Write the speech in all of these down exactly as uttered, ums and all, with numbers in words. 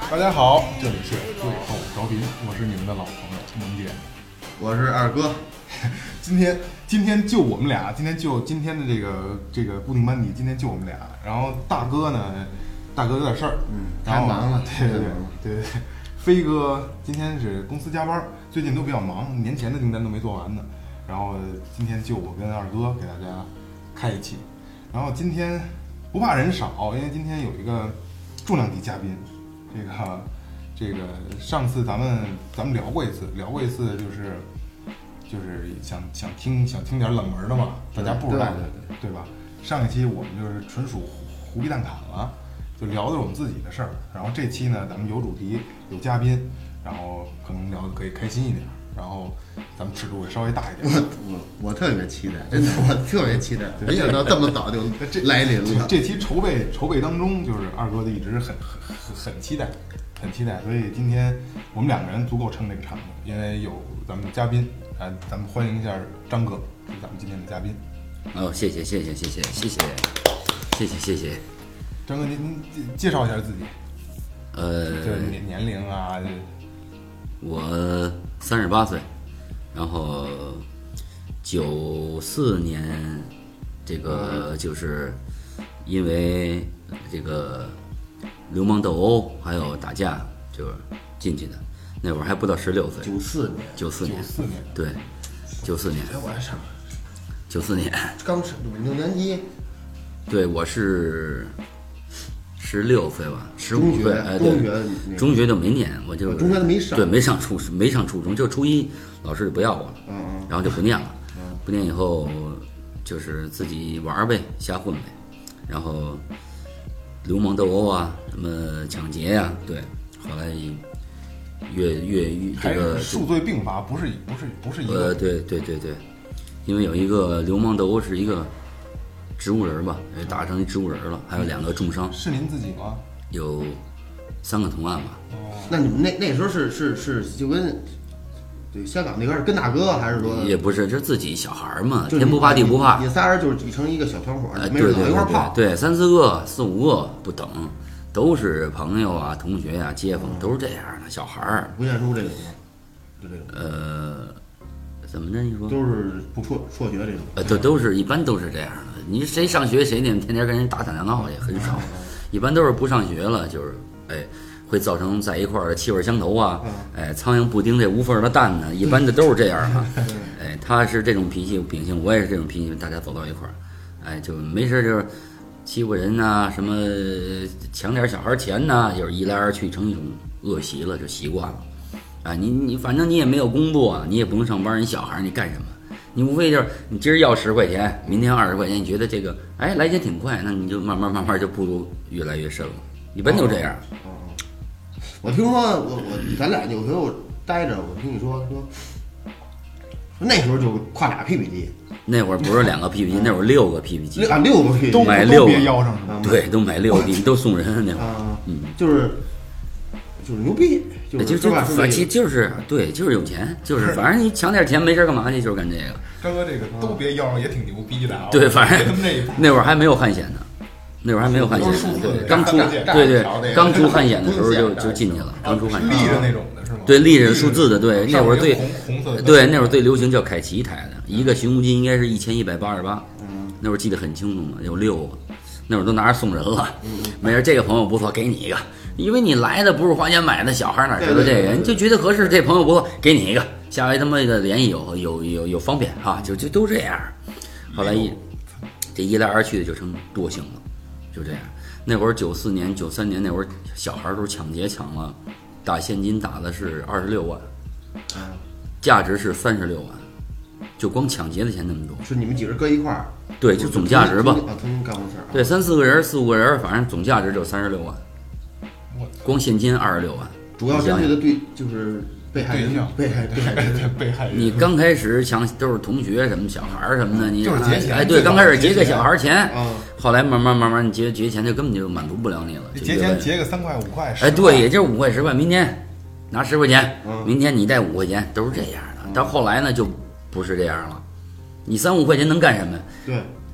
大家好，这里是最后调频，我是你们的老朋友萌姐， 我是二哥。 今天今天就我们俩，今天就今天的这个这个固定班底，今天就我们俩。然后大哥呢，大哥有点事儿， 嗯，太忙了， 对对对对对。飞哥今天是公司加班，最近都比较忙，年前的订单都没做完呢。然后今天就我跟二哥给大家开一期。然后今天不怕人少，因为今天有一个重量级嘉宾。这个这个上次咱们咱们聊过一次，聊过一次就是就是想想听想听点冷门的嘛，大家不知道的 对, 对, 对吧？上一期我们就是纯属胡逼蛋侃了，就聊的是我们自己的事儿。然后这期呢，咱们有主题有嘉宾，然后可能聊的可以开心一点，然后咱们尺度也稍微大一点。 我我我特别期待，真的，我特别期待，没想到这么早就来临了。 这, 这期筹备筹备当中，就是二哥的一直很很很很期待，很期待。所以今天我们两个人足够撑这个场子，因为有咱们的嘉宾啊，咱们欢迎一下张哥，是咱们今天的嘉宾。 哦，谢谢谢谢谢谢谢谢谢谢谢谢。 张哥，您您介绍一下自己。 呃， 就是年年龄啊。 我三十八岁，然后九四年，这个就是因为这个流氓斗殴还有打架就进去的，那会儿还不到十六岁。 九四年， 九四年， 九四年， 对，九四年。 哎，我还上九四年， 刚是六年级。 对，我是。十六岁吧，十五岁，哎， 中学， 中学就没念，我就中学都没上， 对，没上初，没上初中，就初一，老师就不要我了， 嗯嗯， 然后就不念了，嗯，不念以后就是自己玩呗，瞎混呗，然后流氓斗殴啊，什么抢劫呀，对，后来越越越这个数罪并罚，不是不是不是一个， 呃，对对对对，因为有一个流氓斗殴是一个。植物人吧，打成一植物人了，还有两个重伤。 是您自己吗？ 有三个同案吧。 哦， 那你们那那时候是是是就跟对香港那边是跟大哥还是说？ 也不是，就自己小孩嘛，天不怕地不怕。 你仨人就是成一个小团伙， 哎， 没人老一块泡。 对，三四个、四五个不等，都是朋友啊、同学呀、街坊，都是这样的小孩儿。 不念书这种吗？就这种。 呃。怎么着？你说都是不辍辍学这种？ 呃，都都是一般都是这样的。你谁上学谁天天天跟人打打闹闹也很少，一般都是不上学了，就是哎，会造成在一块儿的气味相投啊，哎，苍蝇不叮这无缝的蛋呢，一般的都是这样的。哎，他是这种脾气秉性，我也是这种脾气，大家走到一块儿，哎，就没事就是欺负人呐、啊，什么抢点小孩钱呐、啊，就是一来二去成一种恶习了，就习惯了。啊，你你反正你也没有工作，你也不用上班，你小孩你干什么？你无非就是你今儿要十块钱，明天二十块钱，你觉得这个哎来钱挺快，那你就慢慢慢慢就步入越来越深了，一般都这样。 哦，哦我听说我我咱俩有时候待着，我听你说说，那时候就挎俩 P P 机， 那会儿不是两个 P P 机，那会儿六个 P P 机， 啊六个 P P 机都买六个， 别腰上是吗？ 对，都买六个 P P 机，都送人那会儿， 啊， 嗯， 就是就是牛逼。就就就反其就是对，就是有钱，就是反正你抢点钱没事干嘛去，就是干这个。 张哥这个都别腰上也挺牛逼的啊！ 对，反正那会儿还没有汉显呢，那会儿还没有汉显，对，刚出对对，刚出汉显的时候就就进去了，刚出汉显。 立着那种的是吗？ 对，立着数字的，对，那会儿最红色， 对，那会儿最流行叫凯奇台的，一个寻呼机应该是一千一百八十八，那会儿记得很清楚嘛，有六个，那会儿都拿着送人了，没事，这个朋友不错，给你一个。因为你来的不是花钱买的，小孩哪知道这个？你就觉得合适，这朋友不错，给你一个，下回他妈的联系有有有有方便哈，就就都这样。后来一这一来二去的就成惰性了，就这样。那会儿九四年、九三年那会儿，小孩都抢劫抢了，打现金打的是二十六万，价值是三十六万，就光抢劫的钱那么多。 是你们几人搁一块儿？ 对，就总价值吧。 啊，曾经干过事儿。 对，三四个人、四五个人，反正总价值就三十六万。光现金二十六万， 主要针对的对就是被害人，被害被害人， 被害人。 你刚开始抢都是同学什么小孩什么的，你就是劫钱， 哎对，刚开始劫个小孩钱， 嗯， 后来慢慢慢慢你劫劫钱就根本就满足不了你了。 劫钱劫个三块五块， 哎对，也就是五块十块，明天拿十块钱，明天你带五块钱，都是这样的。到后来呢就不是这样了，你三五块钱能干什么？ 对。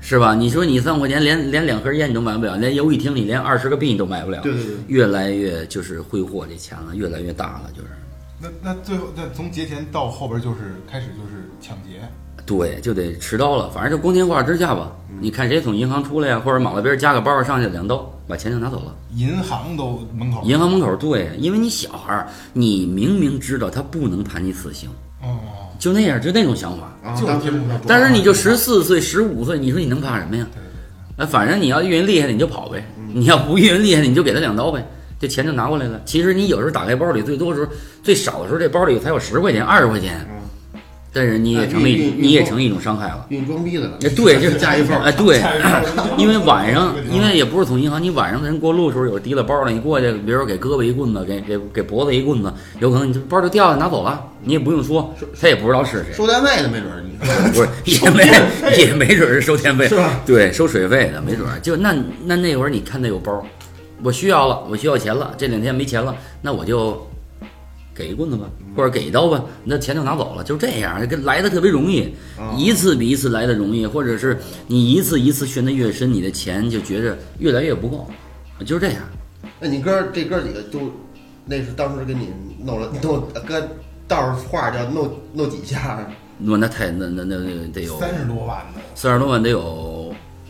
是吧？你说你三块钱连连两盒烟你都买不了，连游戏厅里连二十个币你都买不了。 对对对， 越来越就是挥霍这钱了，越来越大了，就是。 那那最后那从节前到后边就是开始就是抢劫。 对，就得持刀了，反正就光天化日之下吧。 嗯、 你看谁从银行出来呀，或者马路边加个包上去两刀，把钱就拿走了。 银行都门口。 银行门口，对，因为你小孩儿，你明明知道他不能判你死刑。 哦。 就那样，就那种想法。 啊、 就是天幕上。 但是你就十四岁、十五岁，你说你能怕什么呀？ 对对对。 那反正你要运气厉害的你就跑呗，嗯、你要不运气厉害的你就给他两刀呗，这钱就拿过来了。其实你有时候打开包里，最多时候最少的时候，这包里才有十块钱、二十块钱。嗯但是你也成了一，你也成一种伤害了。 运装逼的了。 哎，对，就是加一份。 哎，对，因为晚上，因为也不是从银行，你晚上人过路的时候有提了包了，你过去，比如说给胳膊一棍子，给给给脖子一棍子，有可能你这包就掉了，拿走了，你也不用说，他也不知道是谁。 收电费的没准儿，你不是也没也没准是收电费， 是吧？ 对，收水费的没准儿。就那那那会儿你看他有包，我需要了，我需要钱了，这两天没钱了，那我就。给一棍子吧，或者给一刀吧，那钱就拿走了，就这样，跟来的特别容易，一次比一次来的容易，或者是你一次一次陷得越深，你的钱就觉着越来越不够，就是这样。 那你哥这哥几个都，那是当时给你弄了，弄搁道上画叫弄弄几下？ 那那太那那那得有三十多万的， 三十多万得有。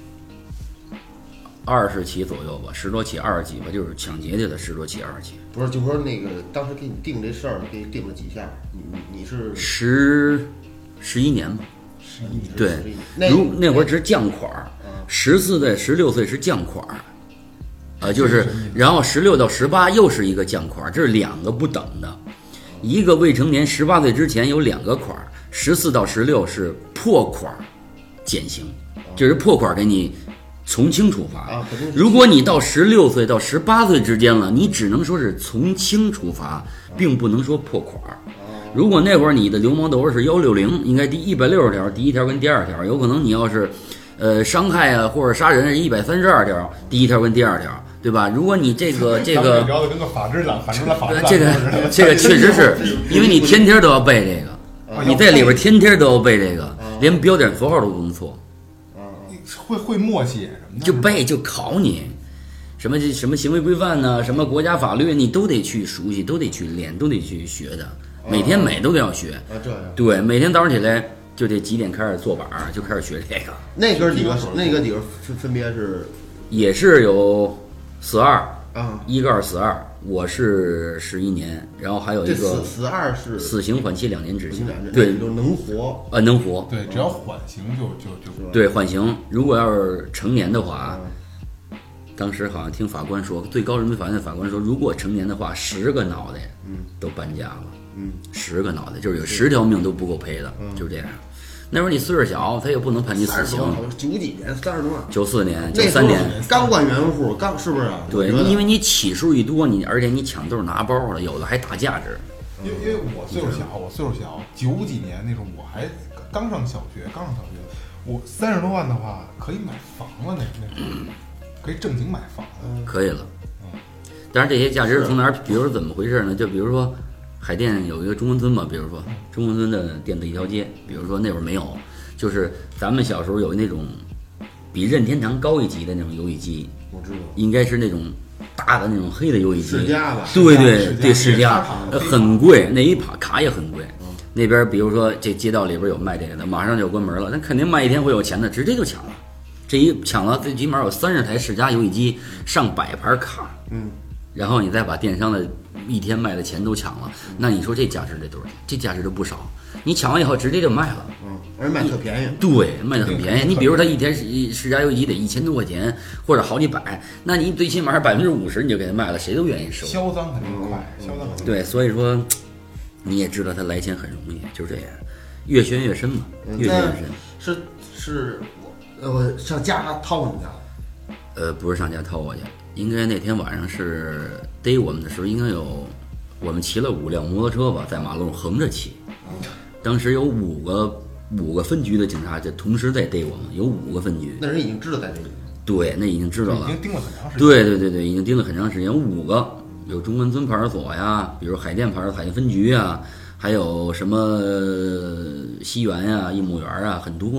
二十起左右吧，十多起，二十几吧，就是抢劫去了，十多起，二十起。 不是，就说那个当时给你定这事儿，给你定了几下？你你你是十十一年吧？ 十一年。 对，如那会儿只是降款儿，十四岁、十六岁是降款儿，啊，就是然后十六到十八又是一个降款儿，这是两个不等的。一个未成年十八岁之前有两个款儿，十四到十六是破款减刑，就是破款给你。从轻处罚啊！ 如果你到十六岁到十八岁之间了，你只能说是从轻处罚，并不能说破款。如果那会儿你的流氓斗是幺六零，应该第一百六十条，第一条跟第二条，有可能你要是，呃，伤害啊或者杀人是一百三十二条，第一条跟第二条，对吧？如果你这个这个， 聊的跟个法制党，反正法制党这个这个确实是因为你天天都要背这个，你在里边天天都要背这个，连标点符号都不能错。 会会默写什么的， 就背就考你，什么什么行为规范呢？什么国家法律，你都得去熟悉，都得去练，都得去学的。每天每都得要学。 啊，这样。 对，每天早上起来就得几点开始坐板儿，就开始学这个。 那哥几个，那个几个分分别是， 也是有死二啊， 一个二死二，我是十一年，然后还有一个死死二是死刑缓期两年执行， 对，就能活啊，能活， 对，只要缓刑就就就对缓刑。如果要是成年的话，当时好像听法官说，最高人民法院的法官说，如果成年的话，十个脑袋嗯都搬家了， 嗯， 十个脑袋就是有十条命都不够赔的，就是这样。那时候你岁数小，他也不能判你死刑。 九几年，三十多万。 九四年，九三年， 刚管原户，刚是不是？ 对，因为你起数一多，你而且你抢都是拿包的，有的还打价值。 因为因为我岁数小，我岁数小，九几年那时候我还刚上小学，刚上小学，我三十多万的话可以买房了，那那时候可以正经买房， 可以了。嗯，当然这些价值从哪儿？比如说怎么回事呢？就比如说。海淀有一个中关村吧，比如说中关村的店的一条街，比如说那会儿没有，就是咱们小时候有那种比任天堂高一级的那种游戏机， 我知道， 应该是那种大的那种黑的游戏机， 世嘉吧， 对对对，世嘉很贵，那一卡卡也很贵。那边比如说这街道里边有卖这个的，马上就关门了，那肯定卖一天会有钱的，直接就抢了。这一抢了，最起码有三十台世嘉游戏机，上百盘卡， 嗯。 然后你再把电商的一天卖的钱都抢了，那你说这价值得多少钱？这价值都不少。你抢完以后直接就卖了， 嗯，而且卖特便宜。 对，卖的很便宜。你比如他一天世嘉游戏机得一千多块钱，或者好几百，那你最起码百分之五十你就给他卖了，谁都愿意收。 销赃肯定快，销赃肯定。 对，所以说你也知道他来钱很容易，就是这样，越陷越深嘛，越陷越深。 是是，我我上家掏我们家。 呃，不是上家掏我去。应该那天晚上是逮我们的时候，应该有我们骑了五辆摩托车吧，在马路上横着骑。当时有五个五个分局的警察就同时在逮我们，有五个分局。 那人已经知道在这里。 对，那已经知道了， 已经盯了很长时间。 对对对对，已经盯了很长时间，有五个，有中关村派出所呀，比如海淀派出所海淀分局啊，还有什么西园呀、益母园啊，很多。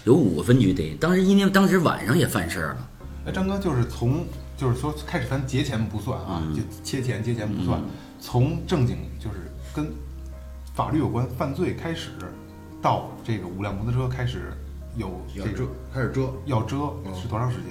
有五个分局逮，当时因为当时晚上也犯事儿了。 哎，张哥就是从就是说开始咱节前不算啊， 嗯、 就切钱节前不算， 嗯、 从正经就是跟法律有关犯罪开始，到这个五辆摩托车开始有这个开始遮要遮是多长时间？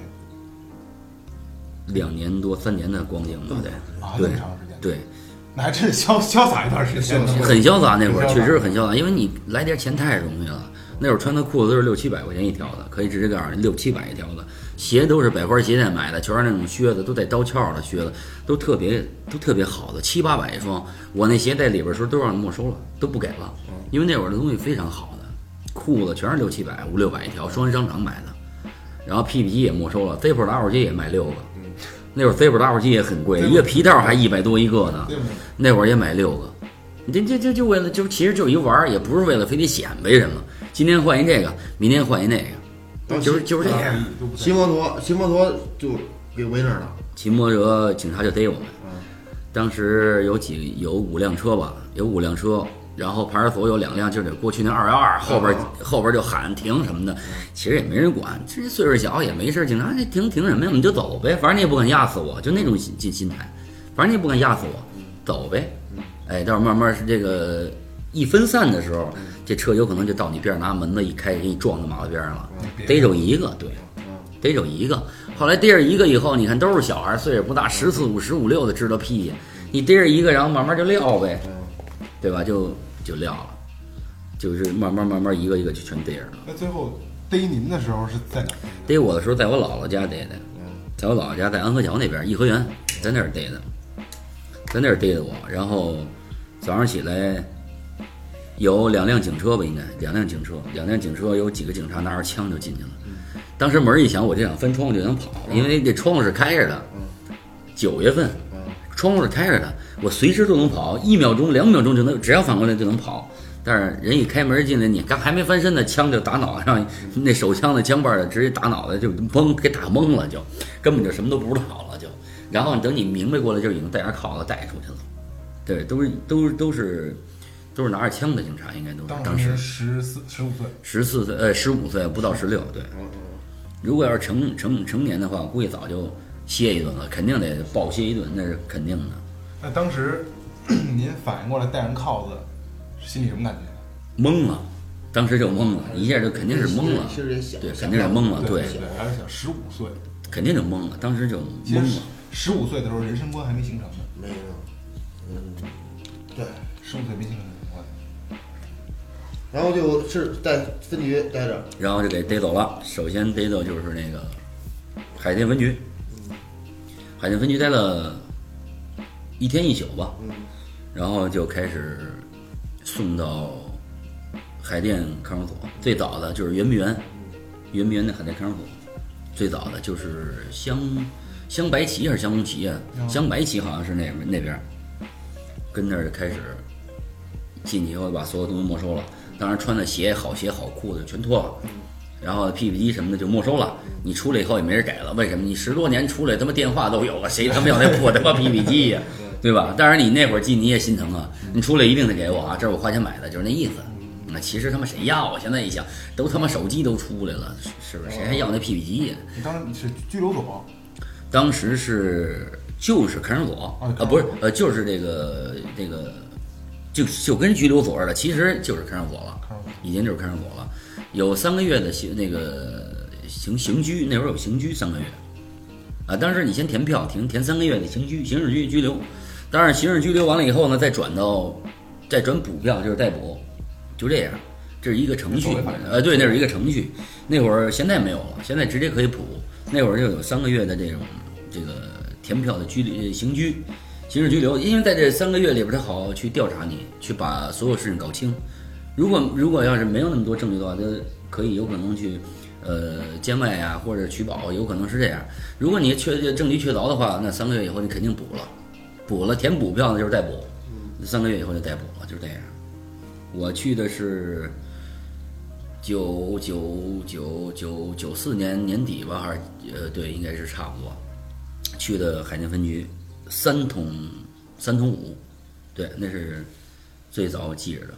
两年多三年的光景吧，对， 啊， 对， 那么长时间， 对， 那还真潇潇洒一段时间， 很潇洒那会儿，确实很潇洒，因为你来点钱太容易了。那会儿穿的裤子都是六七百块钱一条的，可以直接告诉你六七百一条的，鞋都是百花鞋店买的，全是那种靴子，都带刀鞘的靴子，都特别都特别好的，七八百一双。我那鞋在里边的时候都让没收了，都不给了，因为那会儿的东西非常好的，裤子全是六七百、五六百一条，双安商场买的。然后 P P 机也没收了 ，Zippo 打火机也卖六个。那会儿 Zippo 打火机也很贵，一个皮套还一百多一个呢。那会儿也买六个，这这这就为了就其实就一玩儿，也不是为了非得显摆什么。今天换一这个，明天换一那个，就是就是这样。 骑摩托，骑摩托就给围那儿了。 骑摩托警察就逮我们。当时有几有五辆车吧，有五辆车。然后派出所有两辆，就是过去那二幺二后边、哦、后边就喊停什么的，其实也没人管，这岁数小也没事，警察这停停什么呀？你就走呗，反正你也不敢压死我，就那种心心态，反正你也不敢压死我，走呗。哎，到时候慢慢是这个一分散的时候，这车有可能就到你边上，拿门子一开，给你撞到马路边上了，逮着一个，对，逮着一个。后来逮着一个以后，你看都是小孩，岁数不大，十四五、十五六的知道屁，你逮着一个，然后慢慢就撂呗，对吧？就。就撂了，就是慢慢慢慢一个一个就全逮着了。 那最后逮您的时候是在哪儿？ 逮我的时候，在我姥姥家逮的，在我姥姥家，在安河桥那边颐和园，在那儿逮的，在那儿逮的我。然后早上起来有两辆警车吧，应该两辆警车，两辆警车有几个警察拿着枪就进去了。当时门一响，我就想翻窗户就想跑，因为这窗户是开着的。九月份，窗户是开着的。我随时都能跑，一秒钟、两秒钟就能，只要反过来就能跑。但是人一开门进来，你刚还没翻身呢，枪就打脑袋上，那手枪的枪把儿直接打脑袋，就懵给打懵了，就根本就什么都不知道了，就。然后等你明白过来，就已经带着铐子带出去了。对，都是都都是都是拿着枪的警察，应该都是。当时十四十五岁， 十四岁呃十五岁不到十六，对。如果要是成成成年的话，估计早就歇一顿了，肯定得暴歇一顿，那是肯定的。 那当时您反应过来戴上铐子，心里什么感觉？ 懵了，当时就懵了，一下就肯定是懵了，对，肯定是懵了，对， 对，还是想十五岁， 肯定就懵了，当时就懵了。 十五岁的时候，人生观还没形成呢， 没有，嗯，对， 十五岁没形成人生观， 然后就是在分局待着， 然后就给逮走了。首先逮走就是那个海淀分局，海淀分局待了一天一宿吧，然后就开始送到海淀看守所。最早的就是圆明园，圆明园的海淀看守所，最早的就是湘湘白旗还是湘红旗啊？湘白旗好像是那边那边，跟那儿开始进去以后把所有东西没收了，当然穿的鞋好鞋好裤子全脱了。然后 P P 机什么的就没收了，你出来以后也没人改了，为什么？你十多年出来，他妈电话都有了，谁他妈要那破他妈 P P 机呀，对吧？当然你那会儿进你也心疼啊，你出来一定得给我啊，这是我花钱买的，就是那意思。那其实他妈谁要啊？现在一想，都他妈手机都出来了，是不是？谁还要那 P P 机呀？ 你当时是拘留所？ 当时是就是看守所啊，不是呃，就是这个这个，就就跟拘留所似的，其实就是看守所了，已经就是看守所了。有三个月的刑那个刑刑拘，那会儿有刑拘三个月，啊，当时你先填票，填填三个月的刑拘，刑事拘拘留，当然刑事拘留完了以后呢，再转到再转补票，就是逮捕，就这样，这是一个程序，呃，对，那是一个程序。那会儿现在没有了，现在直接可以补，那会儿就有三个月的这种这个填票的拘留刑拘，刑事拘留，因为在这三个月里边，他好去调查你，去把所有事情搞清。如果如果要是没有那么多证据的话，他可以有可能去，呃，监外啊，或者取保，有可能是这样。如果你确证据确凿的话，那三个月以后你肯定补了，补了填补票呢就是逮捕，三个月以后就逮捕了，就是这样。我去的是九九九九九四年年底吧，还是呃对，应该是差不多。去的海淀分局三通三通五，对，那是最早我记着的。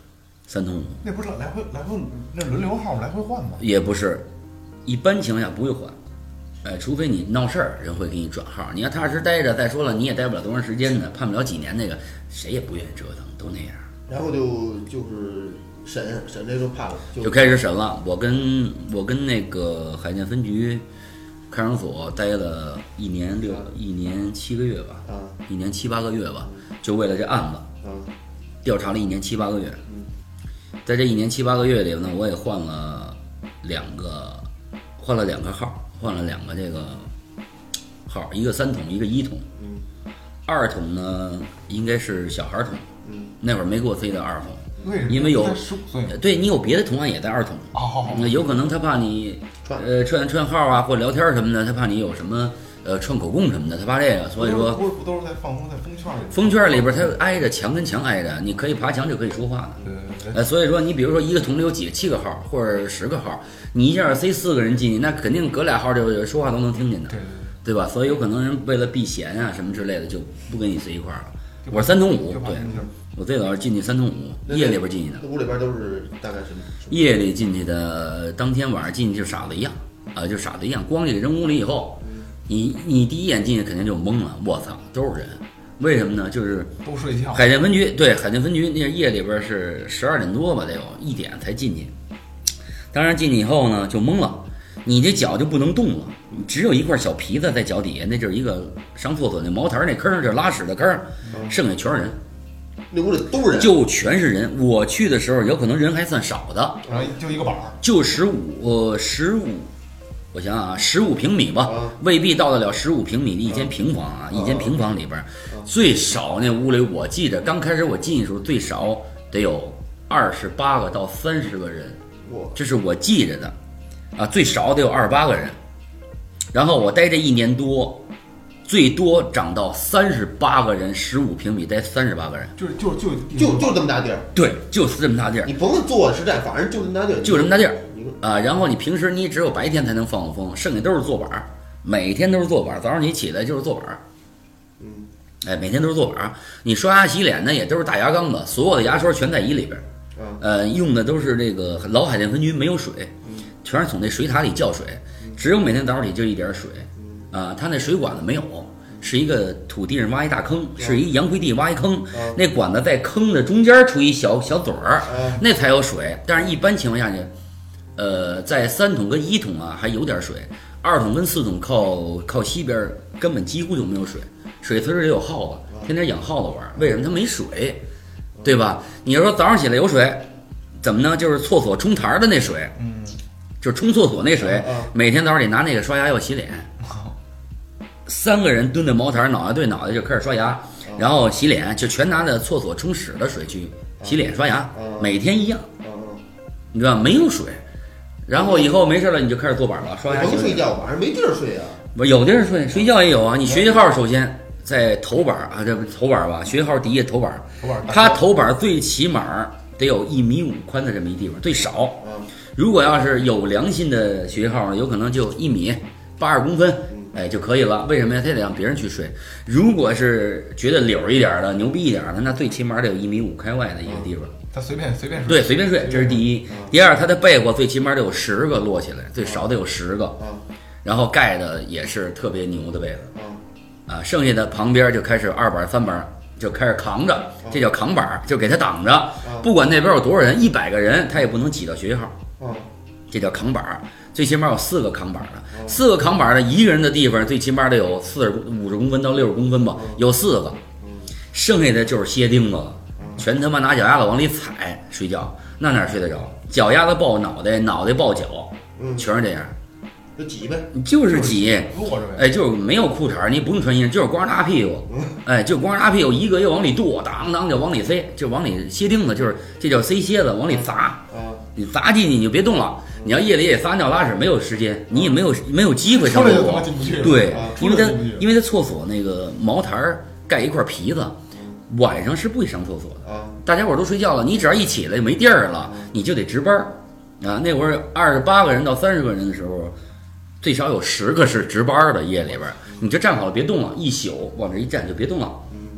三同五。 那不是来回来回那轮流号来回换吗？ 也不是，一般情况下不会换。呃，除非你闹事儿，人会给你转号。你要踏实待着，再说了，你也待不了多长时间的，判不了几年，那个谁也不愿意折腾，都那样。 然后就就是审审这就判了，就就开始审了。我跟我跟那个海淀分局看守所待了一年六一年七个月吧， 啊， 一年七八个月吧，就为了这案子， 啊， 调查了一年七八个月。 嗯， 在这一年七八个月里呢，我也换了两个，换了两个号。换了两个这个号，一个三筒，一个一筒。 嗯， 二筒呢应该是小孩筒。 嗯， 那会儿没给我飞到二筒， 为什么？ 因为有十五岁。 对你有别的同案也在二筒。 哦， 那有可能他怕你呃串串号啊，或聊天什么的，他怕你有什么呃串口供什么的，他怕这个，所以说不不都是在放风在风圈里？ 风圈里边它挨着墙跟墙挨着，你可以爬墙就可以说话的。 对对对。 呃，所以说你比如说一个筒里有几七个号或者十个号，你一下塞四个人进去，那肯定隔俩号就说话都能听见的， 对对对吧？所以有可能人为了避嫌啊什么之类的，就不跟你塞一块儿了。我是三同五，对，我最早是进去三同五，夜里边进去的。 屋里边都是大概什么？ 夜里进去的，当天晚上进去就傻子一样，啊、呃，就傻子一样。光这个扔屋里以后，你你第一眼进去肯定就懵了，我操，都是人。为什么呢？就是都睡觉。 海淀分局对海淀分局那夜里边是十二点多吧，得有一点才进去。当然进去以后呢，就懵了，你这脚就不能动了，只有一块小皮子在脚底下，那就是一个上厕所那茅台那坑，就是拉屎的坑，剩下全是人。 那屋里都是人， 就全是人。我去的时候，有可能人还算少的， 然后就一个板儿， 就十五呃十五。我想想啊，十五平米吧， 啊、 未必到得了十五平米的一间平房啊，啊一间平房里边，啊、最少那屋里，我记得刚开始我进去的时候，最少得有二十八个到三十个人，这是我记着的，啊，最少得有二十八个人。然后我待这一年多，最多涨到三十八个人，十五平米待三十八个人， 就是就就就就这么大地儿， 对，就是这么大地儿， 你甭问坐实战，反正就这么大地儿， 就这么大地儿。啊，然后你平时你只有白天才能放放风，剩下都是坐板儿，每天都是坐板儿。早上你起来就是坐板儿， 嗯， 哎，每天都是坐板儿。你刷牙洗脸呢，也都是大牙缸子，所有的牙刷全在一里边儿， 嗯、 呃，用的都是这个老海淀分局没有水，全是从那水塔里叫水，只有每天早上起就一点水，啊，他那水管子没有，是一个土地上挖一大坑，是一洋灰地挖一坑，那管子在坑的中间出一小小嘴儿，那才有水。但是一般情况下呢。呃，在三桶跟一桶啊还有点水，二桶跟四桶靠靠西边根本几乎就没有水，水池里有耗子，天天养耗子玩，为什么它没水，对吧？你要说早上起来有水，怎么呢？就是厕所冲台的那水， 嗯， 就是冲厕所那水，每天早上得拿那个刷牙要洗脸，三个人蹲在茅台，脑袋对脑袋就开始刷牙，然后洗脸，就全拿着厕所冲屎的水去洗脸刷牙，每天一样，你知道没有水。然后以后没事了，你就开始坐板了，刷牙。 不睡觉，晚上没地儿睡啊。 不，有地儿睡，睡觉也有啊。你学习号首先在头板啊，这不头板吧？学习号第一头板， 头板， 它头板最起码得有一米五宽的这么一地方，最少。如果要是有良心的学习号，有可能就一米八十公分，哎就可以了。为什么呀？他得让别人去睡。如果是觉得溜一点的、牛逼一点的，那最起码得有一米五开外的一个地方。 他随便随便睡， 对，随便睡，这是第一。第二，他的被窝最起码得有十个摞起来，最少得有十个。然后盖的也是特别牛的被子。啊，剩下的旁边就开始二板、三板就开始扛着，这叫扛板，就给他挡着。不管那边有多少人，一百个人，他也不能挤到学习号。这叫扛板，最起码有四个扛板的，四个扛板的，一个人的地方最起码得有四十五十公分到六十公分吧，有四个，剩下的就是歇钉子了。全他妈拿脚丫子往里踩睡觉，那哪睡得着？脚丫子抱脑袋，脑袋抱脚，全是这样， 就挤呗， 就是挤， 落着呗。 哎，就是没有裤衩，你不用穿衣裳，就是光着大屁股，哎，就光着大屁股，一个一个往里跺，当当就往里塞，就往里歇钉子，就是这叫塞蝎子，往里砸，你砸进去你就别动了。你要夜里也撒尿拉屎，没有时间，你也没有没有机会上厕所，对，因为他因为他厕所那个茅台盖一块皮子。晚上是不会上厕所的，大家伙都睡觉了，你只要一起来没地儿了，你就得值班啊。那会儿二十八个人到三十个人的时候，最少有十个是值班的，夜里边你就站好了别动了，一宿往这一站就别动了。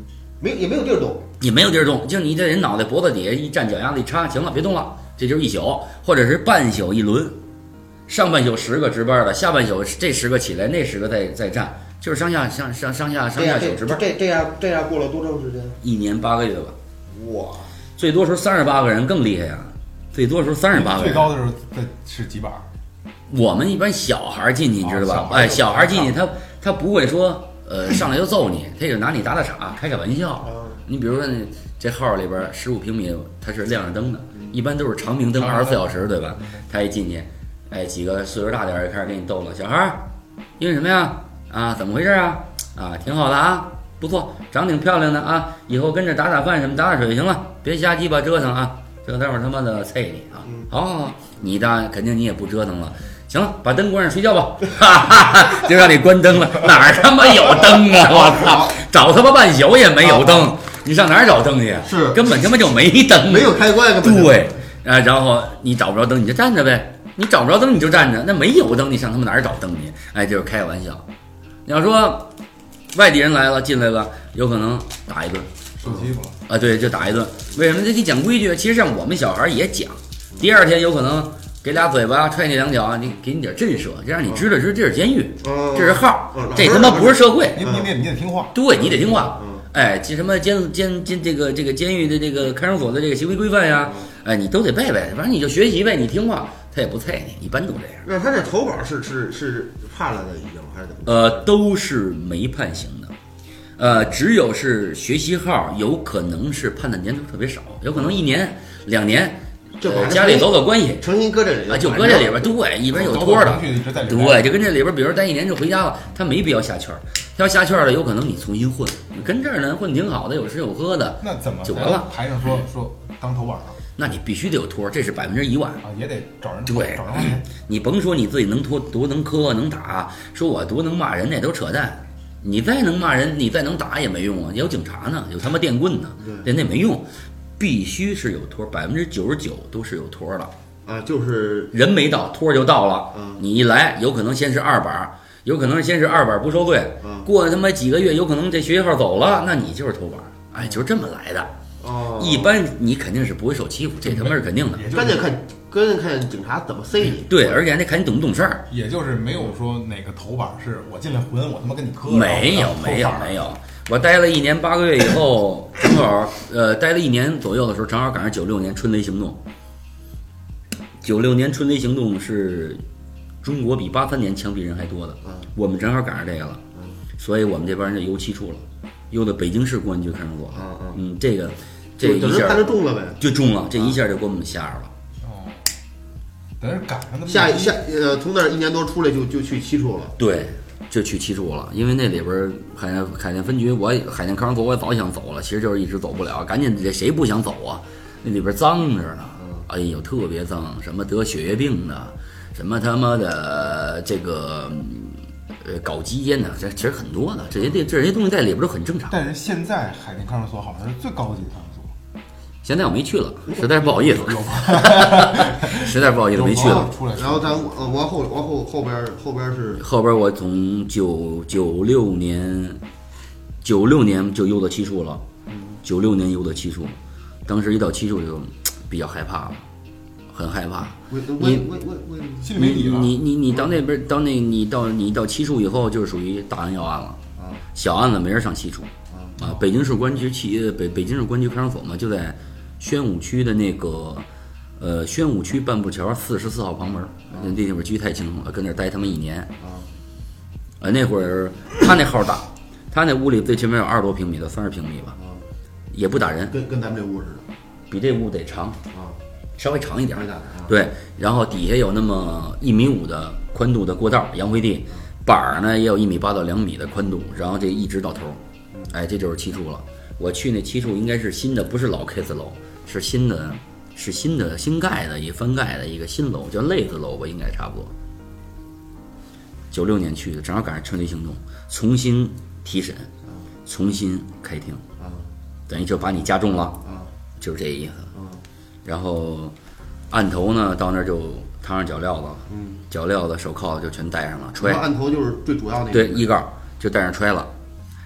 没也没有地儿动， 也没有地儿动，就你这人脑袋脖子底下一站，脚丫子一插，行了，别动了，这就是一宿，或者是半宿一轮，上半宿十个值班的，下半宿这十个起来，那十个再再站，就是上下上上上下上下宿值班。 这这样这样过了多长时间？ 一年八个月吧。 哇， 最多时候三十八个人更厉害呀、啊，最多时候三十八个人。 最高的时候是几板？ 我们一般小孩进去，你知道吧？哎，小孩进去他他不会说呃上来就揍你，他就拿你打打岔，开开玩笑。你比如说这号里边十五平米，它是亮着灯的，一般都是长明灯，二十四小时，对吧？他一进去，哎，几个岁数大点儿开始给你逗了，小孩儿，因为什么呀？啊，怎么回事啊？啊，挺好的啊，不错，长挺漂亮的啊，以后跟着打打饭什么，打打水行了，别瞎鸡巴折腾啊，这待会儿他妈的啐你啊！好好好，你当然肯定你也不折腾了。行了，把灯关上睡觉吧，哈哈哈，就让你关灯了。哪儿他妈有灯啊！我操，找他妈半宿也没有灯，你上哪儿找灯去？ 是， 根本他妈就没灯， 没有开关，根本对啊。然后你找不着灯，你就站着呗。你找不着灯，你就站着。那没有灯，你上他妈哪儿找灯去？哎，就是开个玩笑。你要说外地人来了进来了，有可能打一顿， 受欺负了啊，对，就打一顿。为什么？这得讲规矩。其实像我们小孩也讲，第二天有可能。给俩嘴巴，踹你两脚，你给你点震慑，就让你知道这这是监狱，这是号，这他妈不是社会。 你你得你得听话， 对你得听话。哎，这什么监监监这个这个监狱的这个看守所的这个行为规范呀，哎，你都得背背，反正你就学习呗，你听话，他也不啐你，一般都这样。 那他这投保是是是判了的已经还是怎么？ 呃，都是没判刑的，呃，只有是学习号有可能是判的年头特别少，有可能一年两年。呃，家里走走关系， 重新搁这里啊，就搁这里边，对，一边有托的，对，就跟这里边，比如待一年就回家了，他没必要下圈儿，他要下圈儿了，有可能你重新混，你跟这儿呢混挺好的，有吃有喝的， 那怎么就完了？ 台上说说当头板上， 那你必须得有托，这是百分之一万啊，也得找人对， 找人花钱。 你甭说你自己能托多能磕能打，说我多能骂人，那都扯淡。你再能骂人，你再能打也没用啊，有警察呢，有他妈电棍呢，那那没用。必须是有托，百分之九十九都是有托的啊，就是人没到，托就到了。嗯，你一来，有可能先是二板，有可能先是二板不受罪，嗯，过他妈几个月，有可能这学习号走了，那你就是头板，哎，就是这么来的。哦，一般你肯定是不会受欺负，这他妈是肯定的。 关键看关键看警察怎么塞你。 对，而且还得看你懂不懂事儿。 也就是没有说哪个头板是我进来混，我他妈跟你磕。 没有没有没有。我待了一年八个月以后，正好呃待了一年左右的时候，正好赶上九六年春雷行动。九六年春雷行动是中国比八三年枪毙人还多的，嗯，我们正好赶上这个了，嗯，所以我们这帮人就游七处了，游到北京市公安局看守所，嗯嗯，嗯，这个这一下看着中了呗， 就中了，这一下就给我们吓着了。 哦，等于赶上的下下呃从那儿一年多出来就就去七处了， 对。就去七处了，因为那里边海淀海淀分局，我海淀看守所我早想走了，其实就是一直走不了，赶紧这谁不想走啊？那里边脏着呢，哎呦特别脏，什么得血液病的，什么他妈的这个呃搞基奸的，这其实很多的，这些这些东西在里边都很正常。 但是现在海淀看守所好像是最高级的看守所。 现在我没去了，实在是不好意思，实在是不好意思没去了。 然后咱呃往后往后后边后边是后边我从九九六年九六年就游到七处了，九六年游到七处，当时一到七处就比较害怕了，很害怕。 你心里没底了。 你你你到那边到那你到你到七处以后就是属于大案要案了，小案子没人上七处啊。北京市公安局企北北京市公安局看守所嘛，就在宣武区的那个，呃，宣武区半步桥四十四号旁门，那地方记得太清楚了，跟那儿待他们一年。呃，那会儿他那号大，他那屋里最起码有二十多平米到三十平米吧，也不打人， 跟跟咱们这屋似的， 比这屋得长啊， 稍微长一点。对，然后底下有那么一米五的宽度的过道，洋灰地，板儿呢也有一米八到两米的宽度，然后这一直到头，哎，这就是七处了。我去那七处应该是新的，不是老 K 字楼。是新的，是新的新盖的一个翻盖的一个新楼，叫类子楼吧，应该差不多。九六年去的，正好赶上春雷行动，重新提审，重新开庭，等于就把你加重了，就是这意思。然后案头呢，到那儿就烫上脚镣子，脚镣子、手铐就全戴上了，揣。 案头就是最主要那个。 对，衣盖就戴上揣了。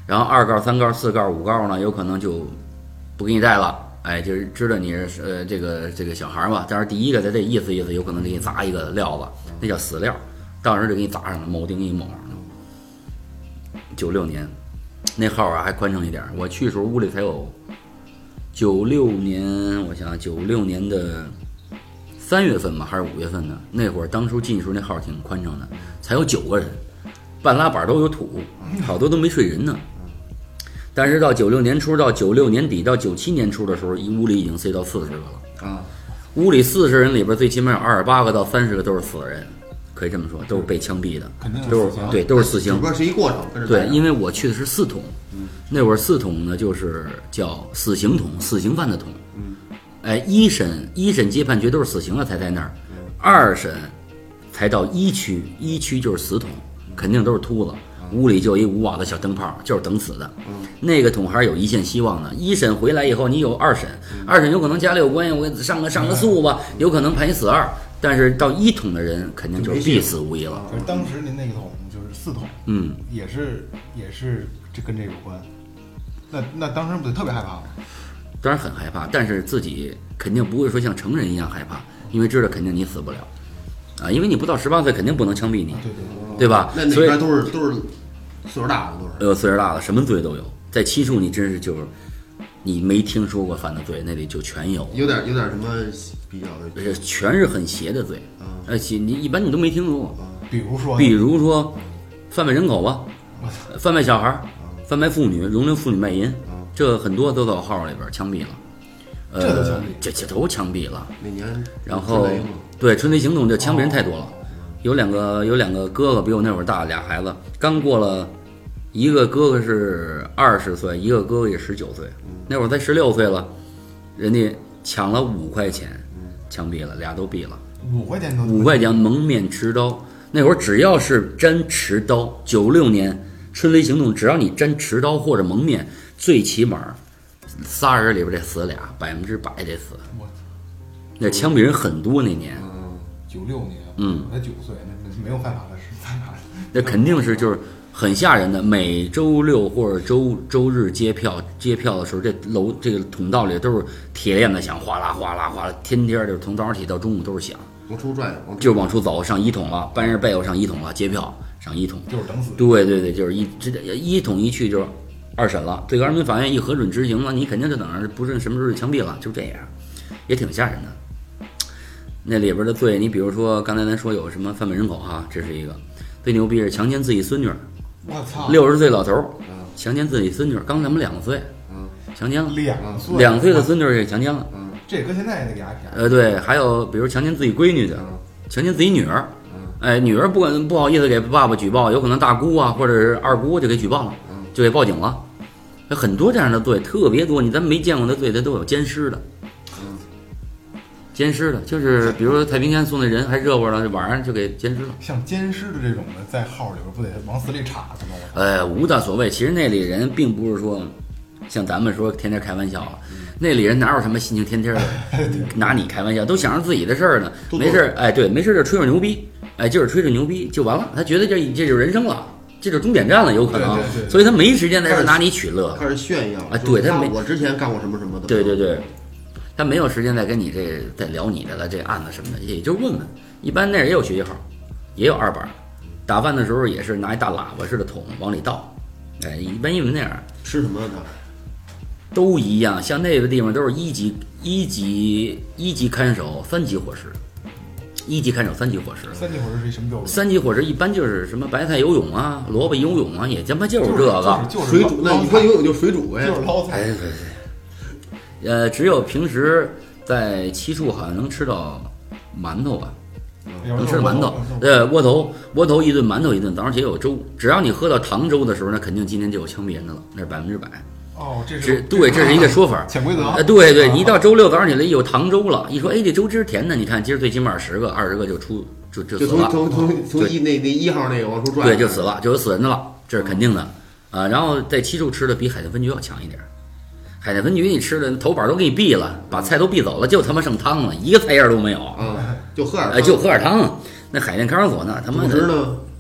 然后二告、三告、四告、五告呢，有可能就不给你带了。哎，就是知道你是呃这个这个小孩嘛，但是第一个在这意思意思，有可能给你砸一个料子，那叫死料，到时候就给你砸上了，铆钉一铆。九六年，那号啊还宽敞一点，我去的时候屋里才有。九六年，我想九六年的三月份吧，还是五月份呢？那会儿当初进时候那号挺宽敞的，才有九个人，半拉板都有土，好多都没睡人呢。但是到九六年初到九六年底到九七年初的时候，一屋里已经塞到四十个了啊！ 屋里四十人里边，最起码有二十八个到三十个都是死人，可以这么说，都是被枪毙的， 肯定都是对，都是死刑。 整个是一过程， 对，因为我去的是四统，嗯、那会儿四统呢就是叫死刑统，死刑犯的统。嗯，哎，一审一审接判决都是死刑了才在那儿，嗯、二审才到一区，一区就是死统，肯定都是秃子。屋里就一五瓦的小灯泡，就是等死的。嗯、那个桶还是有一线希望的。一审回来以后，你有二审，嗯、二审有可能家里有关系，我给上个上个诉吧，嗯、有可能判你死二。但是到一统的人肯定就是必死无疑了。 就是当时的那个桶就是四桶， 嗯， 也是也是这跟这有关。那那当时不得特别害怕吗？ 当然很害怕，但是自己肯定不会说像成人一样害怕，因为知道肯定你死不了。啊，因为你不到十八岁，肯定不能枪毙你， 对对对， 对吧？ 那那边都是都是岁数大的，都是呃岁数大的，什么罪都有。在七处，你真是就是你没听说过犯的罪，那里就全有。 有点有点什么比较的， 全是很邪的罪，而且你一般你都没听说过。 比如说， 比如说贩卖人口吧，贩卖小孩，贩卖妇女，容留妇女卖淫，这很多都到号里边枪毙了。呃， 这都枪毙， 这这都枪毙了。 那年， 然后对春雷行动，这枪毙人太多了。有两个有两个哥哥比我那会儿大，俩孩子刚过了，一个哥哥是二十岁，一个哥哥也十九岁，那会儿才十六岁了，人家抢了五块钱，枪毙了，俩都毙了。 五块钱都五块钱蒙面持刀，那会儿只要是沾持刀，九六年春雷行动，只要你沾持刀或者蒙面，最起码。仨人里边得死俩，百分之百得死。那枪毙人很多那年。 嗯，九六年， 嗯， 我才九岁，那没有犯法的事，犯法的。 那肯定是就是很吓人的。每周六或者周周日接票，接票的时候，这楼这个通道里都是铁链子响，哗啦哗啦哗啦，天天就是从早上起到中午都是响。 往出拽， 就往出走，上一统了，搬着被窝上一统了，接票上一统， 就是等死。 对对对，就是一这一统一去就是。二审了，最高人民法院一核准执行了，你肯定就等着不是什么时候就枪毙了，就这样，也挺吓人的。那里边的罪，你比如说刚才咱说有什么贩卖人口哈，这是一个最牛逼是强奸自己孙女， 我操， 六十岁老头儿强奸自己孙女，刚咱们两岁，强奸了两岁， 两岁的孙女也强奸了， 这搁现在那个鸦片。 呃，对，还有比如强奸自己闺女的，强奸自己女儿，哎，女儿不管不好意思给爸爸举报，有可能大姑啊或者是二姑就给举报了，就给报警了。有很多这样的罪，特别多，你咱没见过的罪，它都有奸尸的。奸尸的，就是比如说太平间送那人还热乎了，晚上就给奸尸了。 像奸尸的这种的，在号里边不得往死里插是吗？ 呃，无大所谓。其实那里人并不是说像咱们说天天开玩笑啊，那里人哪有什么心情天天的拿你开玩笑，都想着自己的事儿呢。没事，哎，对，没事就吹吹牛逼，哎，就是吹吹牛逼就完了。他觉得这这就是人生了。这就是终点站了，有可能， 对对对， 所以他没时间在这拿你取乐， 开始炫耀啊！对他没， 我之前干过什么什么的， 对对对，他没有时间再跟你这再聊你的了，这案子什么的，也就问问。一般那儿也有学习号，也有二板，打饭的时候也是拿一大喇叭似的桶往里倒，哎，一般因为那样吃什么的都一样，像那个地方都是一级一级一级看守，三级伙食。一级看守，三级伙食。 三级伙食是一什么标准？ 三级伙食一般就是什么白菜游泳啊，萝卜游泳啊，也他妈就是这个。 就是、 水煮，那你说游泳就水煮呗。 就是捞菜。 哎对对。呃，只有平时在七处好像能吃到馒头吧，能吃馒头。对，窝头，窝头一顿，馒头一顿，早上起有粥。只要你喝到糖粥的时候，那肯定今天就有枪毙人的了，那是百分之百。 哦，这是对，这是一个说法， 潜规则。 呃，对对，你一到周六早上起来有糖粥了，一说哎这粥汁甜的，你看今儿最起码十个二十个就出就就死了， 从从从一那那一号那个往出转， 对，就死了，就有死人的了，这是肯定的啊。然后在七处吃的比海淀分局要强一点，海淀分局你吃的头板都给你毙了，把菜都毙走了，就他妈剩汤了，一个菜叶都没有啊，就喝点哎，就喝点汤。那海淀看守所呢，他妈的呢，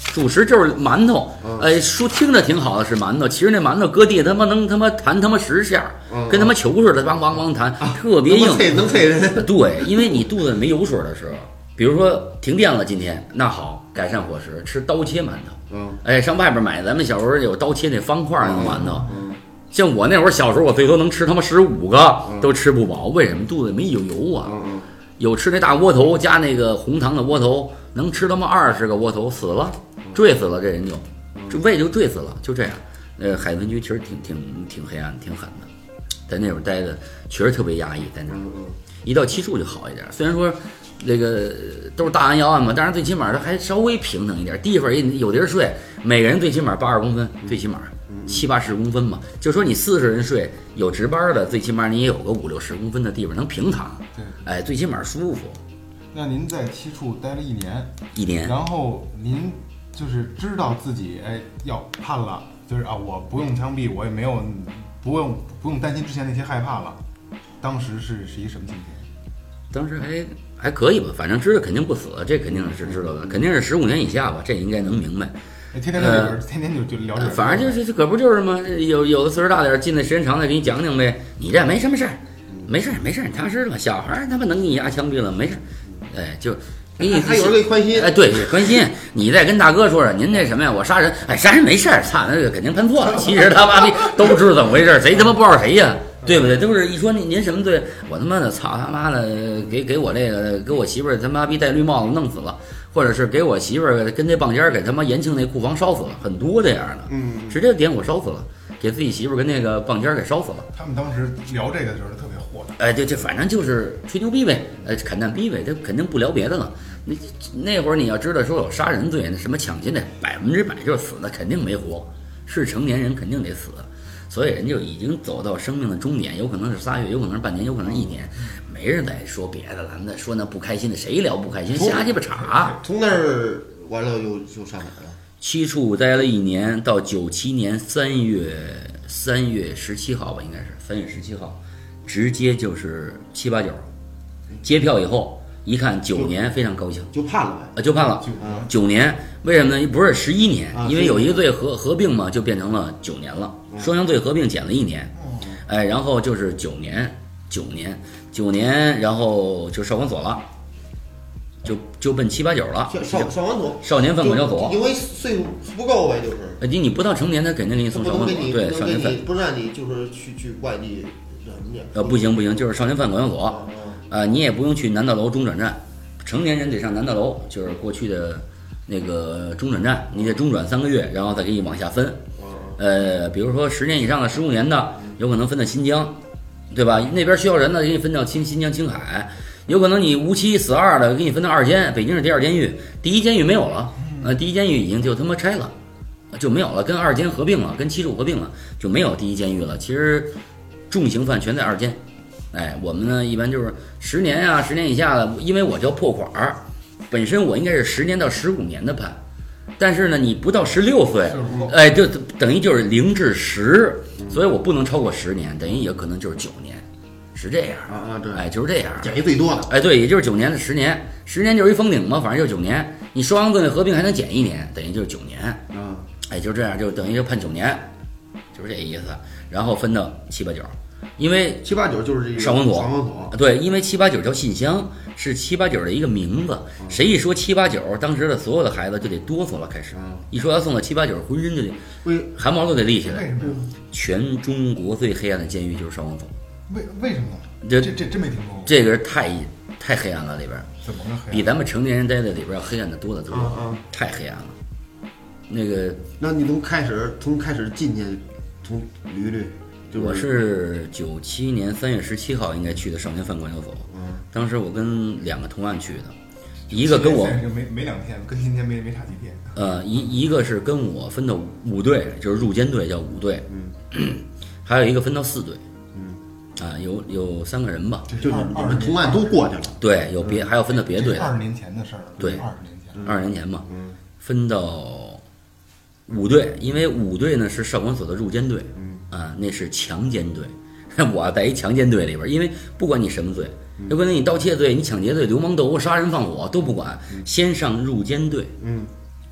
主食就是馒头，哎，说听着挺好的是馒头，其实那馒头搁地他妈能他妈弹他妈十下，跟他妈球似的，梆梆梆弹，特别硬， 能啐人。 对，因为你肚子没油水的时候，比如说停电了今天，那好，改善伙食，吃刀切馒头。嗯，哎，上外边买，咱们小时候有刀切那方块那个馒头。嗯，像我那会儿小时候，我最多能吃他妈十五个，都吃不饱，为什么？肚子没有油啊。嗯，有吃那大窝头加那个红糖的窝头，能吃他妈二十个窝头，死了，坠死了，这人就，这胃就坠死了，就这样。呃，海豚区其实挺挺挺黑暗，挺狠的，在那会儿待的确实特别压抑，在那儿。一到七处就好一点，虽然说那个都是大安要案嘛，但是最起码它还稍微平整一点，地方也有地儿睡，每个人最起码八十公分，最起码七八十公分嘛。就说你四十人睡，有值班的，最起码你也有个五六十公分的地方能平躺， 对， 哎，最起码舒服。 那您在七处待了一年， 一年， 然后您就是知道自己哎要判了，就是啊，我不用枪毙，我也没有不用不用担心之前那些害怕了。当时是是一什么情况？ 当时还还可以吧，反正知道肯定不死，这肯定是知道的，肯定是十五年以下吧，这应该能明白。 天天在里边、呃，天天就就聊这个， 反正就是可不就是吗？有有的岁数大点，进的时间长的，给你讲讲呗。你这没什么事儿，没事儿没事儿，你踏实了。小孩他妈能给你压枪毙了，没事儿，哎，就给你还有人给关心， 哎，对，关心。你再跟大哥说说，您那什么呀？我杀人，哎，杀人没事儿，操，那个肯定判错了。其实他妈逼都知道怎么回事，谁他妈不知道谁呀？对不对？都是一说您您什么罪，我他妈的操他妈的，给给我这个给我媳妇儿他妈逼戴绿帽子弄死了，或者是给我媳妇儿跟那棒尖儿给他妈延庆那库房烧死了，很多这样的，嗯，直接点火烧死了，给自己媳妇儿跟那个棒尖儿给烧死了。 他们当时聊这个的时候特别火的， 哎，对，这反正就是吹牛逼呗，呃，砍蛋逼呗，这肯定不聊别的了。你那会儿你要知道说有杀人罪，那什么抢劫的，百分之百就是死的，肯定没活，是成年人肯定得死。所以人就已经走到生命的终点，有可能是仨月，有可能是半年，有可能是一年，没人再说别的了。那说那不开心的，谁聊不开心？瞎鸡巴扯。 从那儿完了又就上哪儿了？ 七处待了一年，到九七年三月三月十七号吧，应该是三月十七号，直接就是七八九，揭票以后一看九年，非常高兴， 就判了呗， 就判了九年。为什么呢？不是十一年，因为有一个罪合合并嘛，就变成了九年了。双阳罪合并减了一年，哎，然后就是九年，九年，九年，然后就少管所了，就就奔七八九了。 少少管所， 少年犯管教所， 因为岁数不够呗，就是。 你你不到成年，他肯定给你送少管所，对，少年犯不让你就是去去外地什么去？ 呃，不行不行，就是少年犯管教所，啊、呃，你也不用去南大楼中转站，成年人得上南大楼，就是过去的那个中转站，你得中转三个月，然后再给你往下分。呃，比如说十年以上的、十五年的，有可能分到新疆，对吧？那边需要人呢，给你分到新新疆、青海。有可能你无期死二的，给你分到二监。北京是第二监狱，第一监狱没有了，呃，第一监狱已经就他妈拆了，就没有了，跟二监合并了，跟七处合并了，就没有第一监狱了。其实重刑犯全在二监。哎，我们呢一般就是十年啊，十年以下的，因为我叫破款儿，本身我应该是十年到十五年的判。但是呢，你不到十六岁，哎，就等于就是零至十，所以我不能超过十年，等于也可能就是九年，是这样啊啊，对， 哎，就是这样， 减一最多的， 哎，对，也就是九年的十年，十年就是一封顶嘛，反正就是九年，你双阳罪合并还能减一年，等于就是九年，嗯，哎，就这样，就等于就判九年，就是这意思，然后分到七八九。因为七八九就是这个少管所， 少管所对，因为七八九叫信箱，是七八九的一个名字。谁一说七八九，当时的所有的孩子就得哆嗦了，开始一说要送到七八九，浑身就得汗毛都得立起来。全中国最黑暗的监狱就是少管所。 为为什么呢？这这真没听说过。 这个太太黑暗了，里边怎么个黑暗？ 比咱们成年人待在里边要黑暗的多得多，太黑暗了。那个， 那你从开始从开始进去，从捋捋。就是、 我是九七年三月十七号应该去的少年犯管教所，嗯，当时我跟两个同案去的，一个跟我没没两天，跟今天没没差几天。 呃，一一个是跟我分到五队，就是入监队叫五队，嗯，还有一个分到四队，嗯，啊，有有三个人吧， 就是你们同案都过去了， 对，有别、嗯、还要分到别队， 二十年前的事儿， 对， 二十年前， 二十年前嘛，嗯，分到五队，因为五队呢是少管所的入监队，嗯。啊，那是强奸队，我在一强奸队里边，因为不管你什么罪，有可能你盗窃罪、你抢劫罪、流氓斗殴、杀人放火都不管，先上入监队。嗯，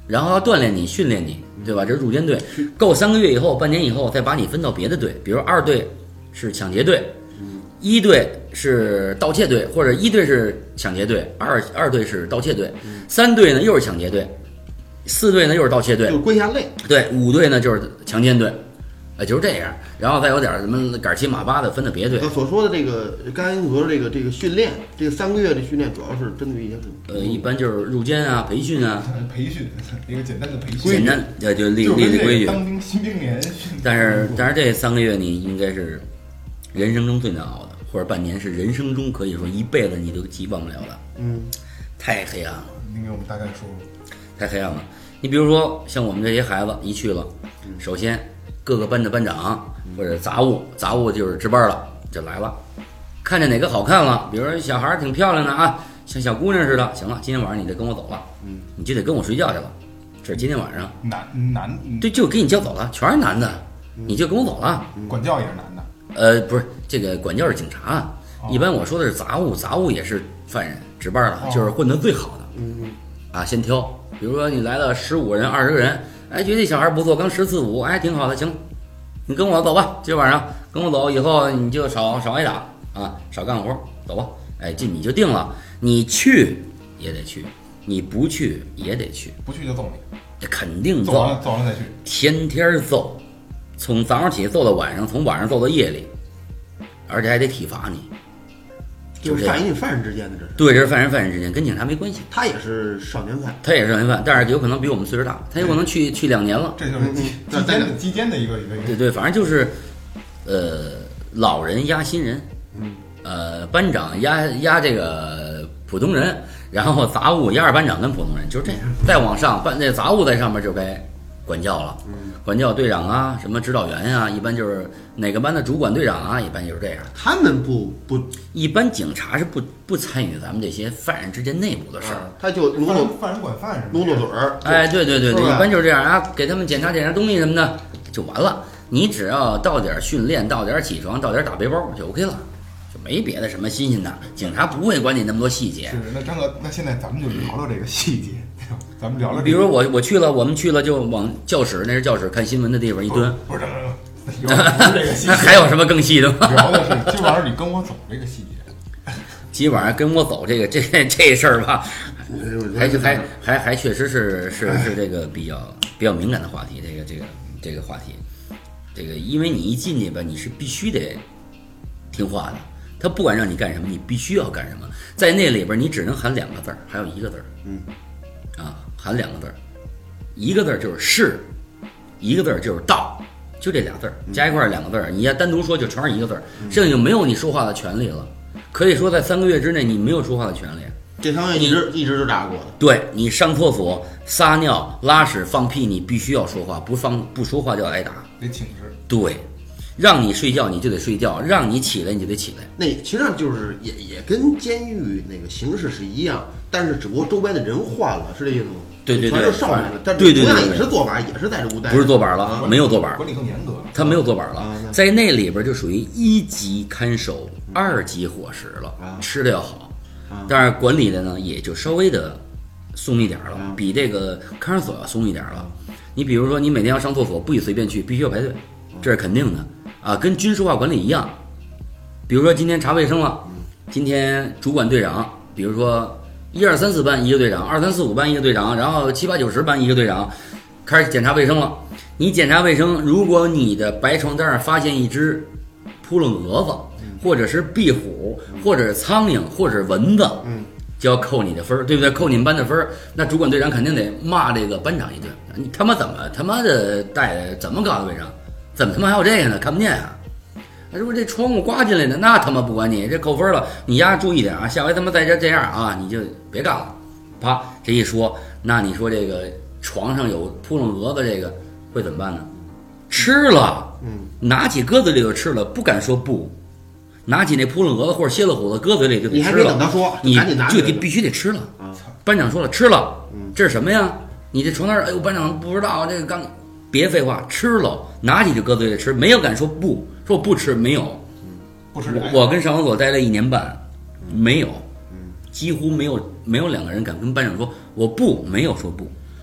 然后要锻炼你、训练你，对吧？这是入监队，够三个月以后、半年以后，再把你分到别的队，比如二队是抢劫队，一队是盗窃队，或者一队是抢劫队，二二队是盗窃队，三队呢又是抢劫队，四队呢又是盗窃队， 就归下类。 对，五队呢就是强奸队，哎，就是这样。然后再有点什么杆七马八的分的别队。 他所说的这个，刚才你说的这个这个训练，这个三个月的训练主要是针对一些什么？ 呃，一般就是入监啊、培训啊， 培训一个简单的培训， 简单呃就立就是立立规矩。 当兵新兵连训。 但是但是这三个月你应该是人生中最难熬的，或者半年是人生中可以说一辈子你都期望不了的。 嗯， 太黑暗了， 您给我们大概说说。 太黑暗了。你比如说像我们这些孩子一去了，首先各个班的班长或者杂务，杂务就是值班了，就来了，看见哪个好看了，比如说小孩挺漂亮的啊，像小姑娘似的，行了，今天晚上你得跟我走了，嗯，你就得跟我睡觉去了，这是今天晚上。 男男对，就给你叫走了，全是男的，你就跟我走了。 管教也是男的。 呃，不是，这个管教是警察，一般我说的是杂务，杂务也是犯人值班了，就是混得最好的， 嗯啊，先挑，比如说你来了十五个人、二十个人，哎，觉得这小孩不错，刚十四五，哎，挺好的，行，你跟我走吧，今晚上跟我走，以后你就少少挨打啊，少干活，走吧，哎，这你就定了，你去也得去，你不去也得去， 不去就揍你， 这肯定揍揍， 完了揍完了再去， 天天揍，从早上起揍到晚上，从晚上揍到夜里，而且还得体罚你。 就是犯人与犯人之间的这是。 对，这是犯人犯人之间，跟警察没关系。 他也是少年犯， 他也是少年犯，但是有可能比我们岁数大，他有可能去去两年了。 这就是基基间的基间的一个一个。 对对，反正就是，呃，老人压新人， 嗯， 呃，班长压压这个普通人，然后杂务压着班长跟普通人，就是这样。再往上，班那杂务在上面就该管教了，管教队长啊，什么指导员呀、啊，一般就是哪个班的主管队长啊，一般就是这样。 他们不不， 一般警察是不不参与咱们这些犯人之间内部的事儿、 啊，他就犯人犯人管犯是撸撸嘴儿。 哎，对对对对， 是吧一般就是这样啊，给他们检查检查东西什么的就完了。你只要到点训练，到点起床，到点打背包就 OK 了，就没别的什么新鲜的。警察不会管你那么多细节。 是，那张哥，那现在咱们就聊聊这个细节，咱们聊聊、这个。 比如说我我去了，我们去了就往教室，那是教室看新闻的地方一蹲。 不是，不是，聊的不是这个细节。 还有什么更细的吗？ 聊的是今晚上你跟我走这个细节。 今晚上跟我走这个这这事儿吧，还还还还确实是是是这个比较比较敏感的话题，这个这个这个话题，这个因为你一进去吧，你是必须得听话的，他不管让你干什么，你必须要干什么，在那里边你只能喊两个字儿，还有一个字儿， 嗯， 啊，喊两个字儿，一个字儿就是是，一个字儿就是到，就这俩字儿加一块儿两个字儿，你要单独说就全是一个字儿，剩下就没有你说话的权利了。可以说，在三个月之内，你没有说话的权利。 这三个月一直一直都打过的。 对，你上厕所、撒尿、拉屎、放屁，你必须要说话，不放不说话就要挨打。 得请示。 对，让你睡觉你就得睡觉，让你起来你就得起来。 那其实上就是也也跟监狱那个形式是一样，但是只不过周边的人换了，是这意思吗？ 对对对， 全是少年了，但对对对， 同样也是坐板，也是在这屋待着。 不是坐板了，没有坐板， 管理更严格了。 他没有坐板了，在那里边就属于一级看守、二级伙食了，吃的要好，但是管理的呢也就稍微的松一点了，比这个看守所要松一点了。你比如说，你每天要上厕所，不许随便去，必须要排队，这是肯定的啊，跟军事化管理一样。比如说今天查卫生了，今天主管队长，比如说。一二三四班一个队长，二三四五班一个队长，然后七八九十班一个队长，开始检查卫生了。你检查卫生，如果你的白床单上发现一只扑棱蛾子，或者是壁虎，或者是苍蝇，或者是蚊子，就要扣你的分儿，对不对？扣你们班的分儿，那主管队长肯定得骂这个班长一顿。你他妈怎么他妈的带的怎么搞的卫生？怎么他妈还有这个呢？看不见啊！如果这窗户刮进来的，那他妈不管你，这扣分了，你丫注意点啊！下回他妈再这这样啊，你就别干了。啪，这一说，那你说这个床上有扑棱蛾子，这个会怎么办呢？吃了， 嗯， 拿起搁嘴里就吃了，不敢说不。拿起那扑棱蛾子或者蝎子虎子搁嘴里就得吃了。 你还别等他说， 你赶紧拿就得必须得吃了。 啊！ 班长说了，吃了，这是什么呀？你这床单，哎呦，班长不知道这个刚。别废话，吃了，拿起就搁嘴里吃，没有敢说不，说我不吃，没有。 不吃。 我我跟上厕所待了一年半，没有，几乎没有没有两个人敢跟班长说我不，没有说不。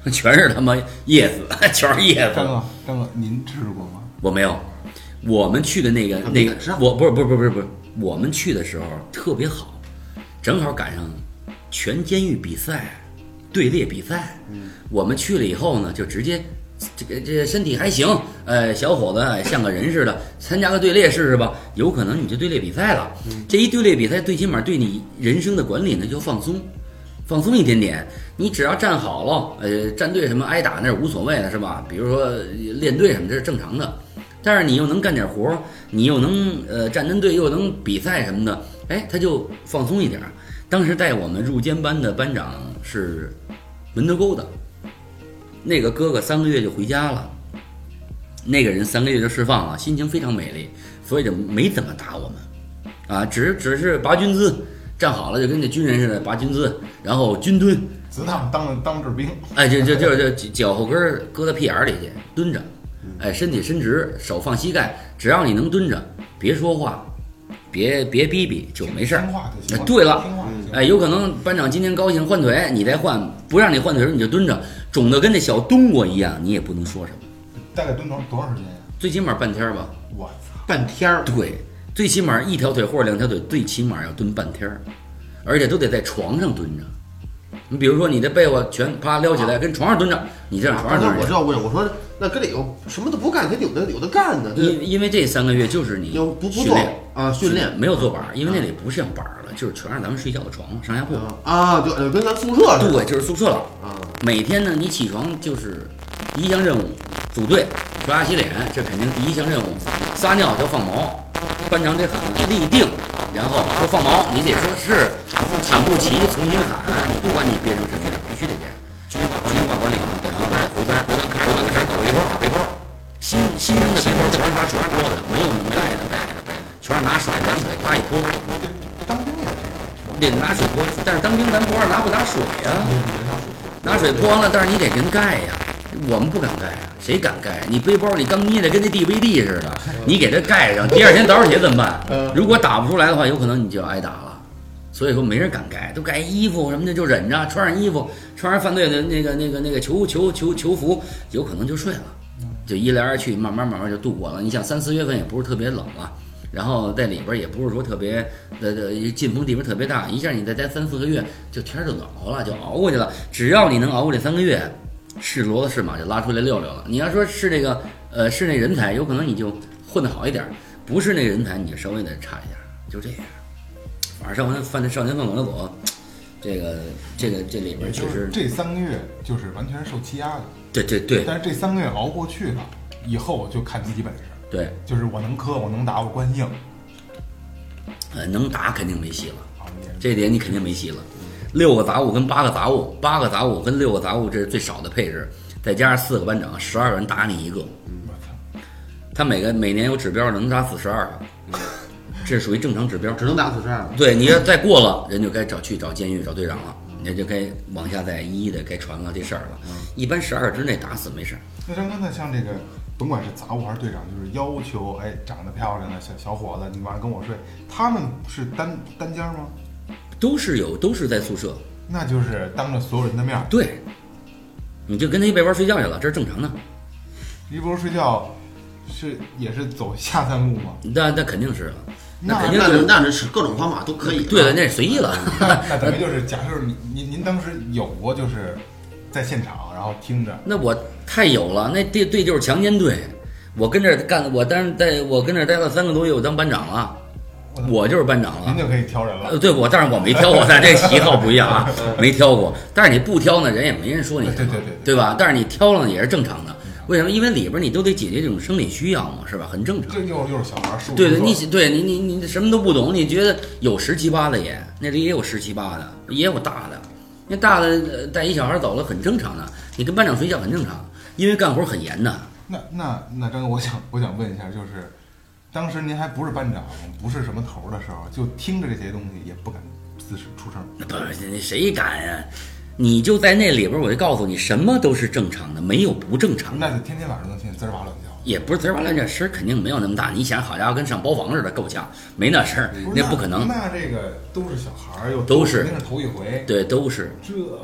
全是他妈叶子，全是叶子。 张哥，张哥，您吃过吗？ 我没有，我们去的那个那个，我不是不是不是不是，我们去的时候特别好，正好赶上全监狱比赛，队列比赛。嗯，我们去了以后呢，就直接这个这身体还行，呃，小伙子像个人似的，参加个队列试试吧，有可能你就队列比赛了。嗯，这一队列比赛，最起码对你人生的管理呢就放松。放松一点点，你只要站好了，呃，站队什么挨打那是无所谓的，是吧？比如说练队什么，这是正常的。但是你又能干点活，你又能呃站真队，又能比赛什么的，哎，他就放松一点。当时带我们入监班的班长是门头沟的，那个哥哥三个月就回家了，那个人三个月就释放了，心情非常美丽，所以就没怎么打我们，啊，只只是拔军姿。站好了就跟那军人似的拔军姿，然后军蹲， 子当当当制兵， 哎，就就就就脚后跟搁到屁眼里去蹲着，哎，身体伸直，手放膝盖，只要你能蹲着，别说话，别别逼逼就没事儿。哎，对了，哎，有可能班长今天高兴换腿，你再换，不让你换腿的时候你就蹲着，肿得跟那小冬瓜一样，你也不能说什么。 大概蹲多多长时间呀？ 最起码半天吧。 我操， 半天儿。 对。最起码一条腿或者两条腿，最起码要蹲半天儿，而且都得在床上蹲着。你比如说，你的被窝全啪撩起来，跟床上蹲着，你这样床上蹲着。 我知道，我我说那跟里有什么都不干，跟有的有的干呢。 因因为这三个月就是你不训练啊，训练没有坐板，因为那里不像板了，就是全是咱们睡觉的床，上下铺啊，就跟咱宿舍似的。 对，就是宿舍了啊。每天呢，你起床就是第一项任务，组队刷牙洗脸，这肯定第一项任务。撒尿就放毛。班长得喊立定，然后说放毛，你得说是喊不齐，重新喊，不管你憋成什么样，必须得这样。军军法管理，然后再回班，回班回班开始抖一波，抖一波。新新生的背包全是拿水泼的，没有盖的盖的，全是拿水凉水啪一泼。 当兵也是， 得拿水泼，但是当兵咱不知道拿不拿水呀、啊？拿水泼完了，但是你得跟盖呀。我们不敢盖啊，谁敢盖？你背包里刚捏的跟那 D V D 似的，你给它盖上，第二天早上起来怎么办？如果打不出来的话，有可能你就要挨打了。所以说没人敢盖，都盖衣服什么的就忍着，穿上衣服，穿上犯罪的那个那个那个囚囚囚囚服，有可能就睡了，就一来二去，慢慢慢慢就度过了。你想三四月份也不是特别冷啊，然后在里边也不是说特别的的进风地方特别大，一下你再待三四个月，就天就暖和了，就熬过去了。只要你能熬过这三个月。是骡子是马就拉出来溜溜了。你要说是这个呃是那人才，有可能你就混得好一点；不是那人才，你就稍微的差一点，就这样。反正少年犯少年犯管所，这个这个这里边确实这三个月就是完全是受欺压的。 对对对。 但是这三个月熬过去了，以后就看自己本事。 对， 就是我能磕，我能打，我惯硬。 呃，能打肯定没戏了，这点你肯定没戏了。六个杂物跟八个杂物，八个杂物跟六个杂物，这是最少的配置，再加上四个班长，十二个人打你一个。 我操！ 他每个每年有指标，能打死十二个，这是属于正常指标， 只能打死十二个。 对，你要再过了，人就该找去找监狱找队长了，你就该往下再一一的该传了这事儿了。一般十二之内打死没事。 那张刚才像这个，甭管是杂物还是队长，就是要求哎长得漂亮的小小伙子，你晚上跟我睡，他们是单单间吗？ 都是有，都是在宿舍， 那就是当着所有人的面。 对，你就跟他一被窝睡觉去了，这是正常的。 一被窝睡觉是也是走下三路吗？ 那那肯定是了， 那肯定是那那是各种方法都可以。 对了，那是随意了。 那等于就是假设您您您当时有过就是在现场然后听着。 那我太有了，那队队就是强奸队，我跟这儿干，我当然在我跟这儿待了三个多月，我当班长了。我就是班长了， 您就可以挑人了。 呃，对，我但是我没挑过，咱这喜好不一样啊，没挑过。但是你不挑呢，人也没人说你什么， 对对对， 对吧？但是你挑了也是正常的。为什么？因为里边你都得解决这种生理需要嘛，是吧？很正常。 这又又是小孩， 对对，你对你你你什么都不懂，你觉得有十七八的也，那里也有十七八的，也有大的。那大的带一小孩走了很正常的，你跟班长睡觉很正常，因为干活很严的。 那那那张哥，我想我想问一下，就是。当时您还不是班长，不是什么头的时候，就听着这些东西也不敢自出声。 不是，谁敢呀、啊？你就在那里边，我就告诉你，什么都是正常的，没有不正常的。 那就天天晚上能听滋儿哇乱叫。 也不是滋儿哇乱叫，声肯定没有那么大。你想，好家伙，跟上包房似的，够呛，没那声儿，那不可能。 那这个都是小孩儿，又都是那是头一回。 对，都是。 这我操！